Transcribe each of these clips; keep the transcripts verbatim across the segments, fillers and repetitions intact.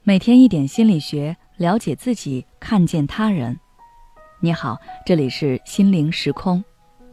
每天一点心理学，了解自己，看见他人。你好，这里是心灵时空。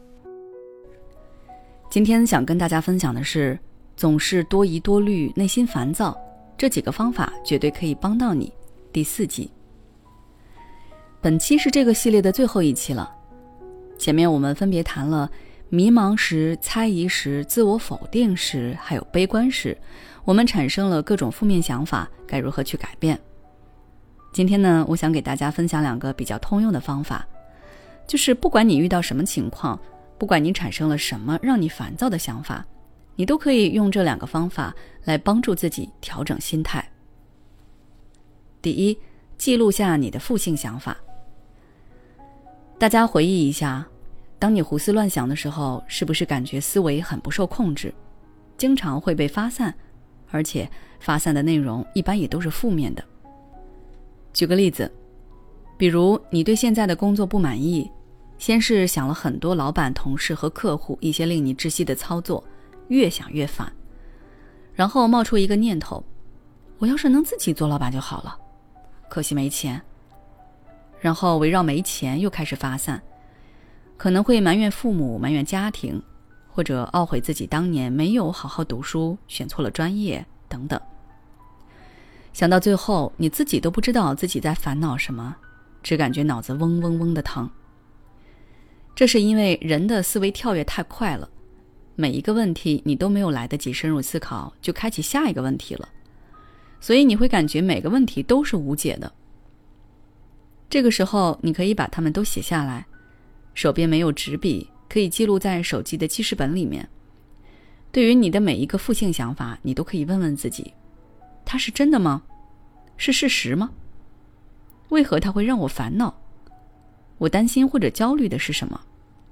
今天想跟大家分享的是，总是多疑多虑，内心烦躁，这几个方法绝对可以帮到你。第四集。本期是这个系列的最后一期了。前面我们分别谈了迷茫时、猜疑时、自我否定时，还有悲观时，我们产生了各种负面想法，该如何去改变。今天呢，我想给大家分享两个比较通用的方法，就是不管你遇到什么情况，不管你产生了什么让你烦躁的想法，你都可以用这两个方法来帮助自己调整心态。第一，记录下你的负性想法。大家回忆一下，当你胡思乱想的时候，是不是感觉思维很不受控制，经常会被发散，而且发散的内容一般也都是负面的。举个例子，比如你对现在的工作不满意，先是想了很多老板、同事和客户一些令你窒息的操作，越想越烦，然后冒出一个念头，我要是能自己做老板就好了，可惜没钱。然后围绕没钱又开始发散，可能会埋怨父母、埋怨家庭，或者懊悔自己当年没有好好读书，选错了专业等等。想到最后，你自己都不知道自己在烦恼什么，只感觉脑子嗡嗡嗡的疼。这是因为人的思维跳跃太快了，每一个问题你都没有来得及深入思考，就开启下一个问题了，所以你会感觉每个问题都是无解的。这个时候你可以把它们都写下来，手边没有纸笔，可以记录在手机的记事本里面。对于你的每一个负性想法，你都可以问问自己，它是真的吗？是事实吗？为何它会让我烦恼？我担心或者焦虑的是什么？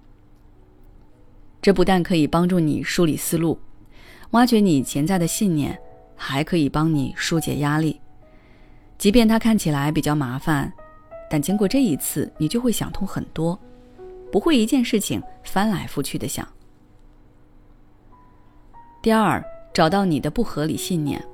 这不但可以帮助你梳理思路，挖掘你潜在的信念，还可以帮你疏解压力。即便它看起来比较麻烦，但经过这一次，你就会想通很多，不会一件事情翻来覆去的想。第二，找到你的不合理信念。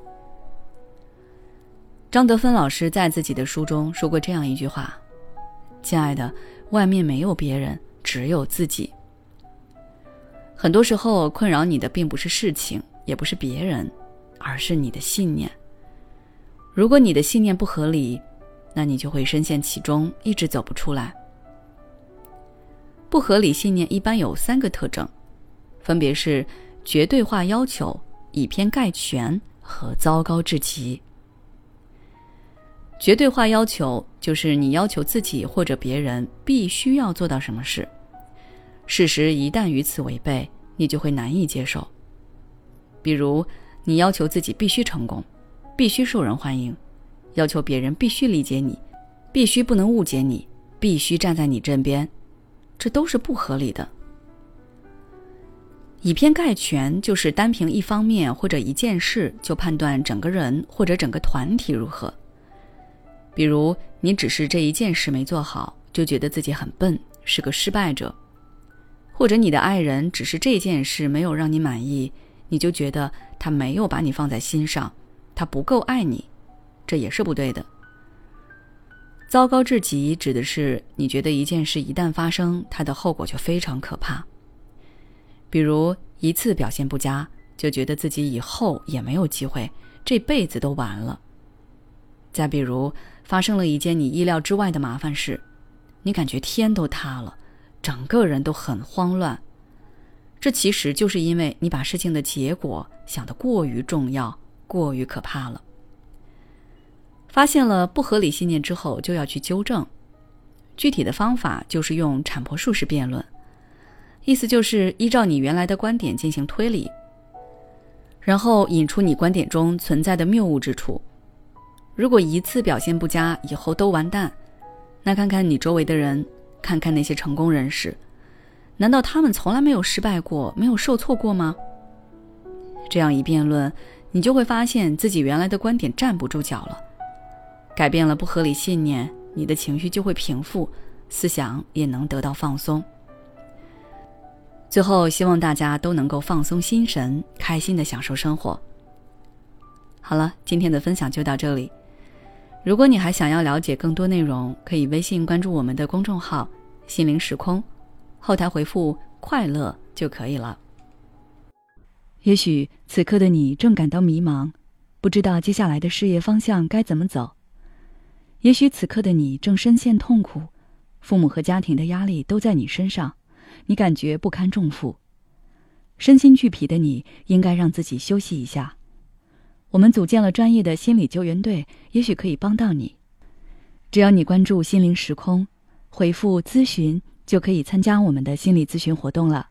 张德芬老师在自己的书中说过这样一句话：亲爱的，外面没有别人，只有自己。很多时候困扰你的并不是事情，也不是别人，而是你的信念。如果你的信念不合理，那你就会深陷其中，一直走不出来。不合理信念一般有三个特征，分别是绝对化要求、以偏概全和糟糕至极。绝对化要求就是你要求自己或者别人必须要做到什么事，事实一旦与此违背，你就会难以接受。比如你要求自己必须成功，必须受人欢迎，要求别人必须理解你，必须不能误解你，必须站在你这边，这都是不合理的。以偏概全就是单凭一方面或者一件事就判断整个人或者整个团体如何。比如你只是这一件事没做好，就觉得自己很笨，是个失败者；或者你的爱人只是这件事没有让你满意，你就觉得他没有把你放在心上，他不够爱你，这也是不对的。糟糕至极指的是你觉得一件事一旦发生，它的后果就非常可怕。比如一次表现不佳，就觉得自己以后也没有机会，这辈子都完了。再比如发生了一件你意料之外的麻烦事，你感觉天都塌了，整个人都很慌乱。这其实就是因为你把事情的结果想得过于重要，过于可怕了。发现了不合理信念之后，就要去纠正。具体的方法就是用产婆术式辩论，意思就是依照你原来的观点进行推理，然后引出你观点中存在的谬误之处。如果一次表现不佳，以后都完蛋，那看看你周围的人，看看那些成功人士，难道他们从来没有失败过，没有受挫过吗？这样一辩论，你就会发现自己原来的观点站不住脚了。改变了不合理信念，你的情绪就会平复，思想也能得到放松。最后，希望大家都能够放松心神，开心地享受生活。好了，今天的分享就到这里。 如果你还想要了解更多内容，可以微信关注我们的公众号心灵时空，后台回复快乐就可以了。 也许此刻的你正感到迷茫，不知道接下来的事业方向该怎么走。也许此刻的你正深陷痛苦，父母和家庭的压力都在你身上，你感觉不堪重负。身心俱疲的你应该让自己休息一下。我们组建了专业的心理救援队，也许可以帮到你。只要你关注心灵时空，回复咨询就可以参加我们的心理咨询活动了。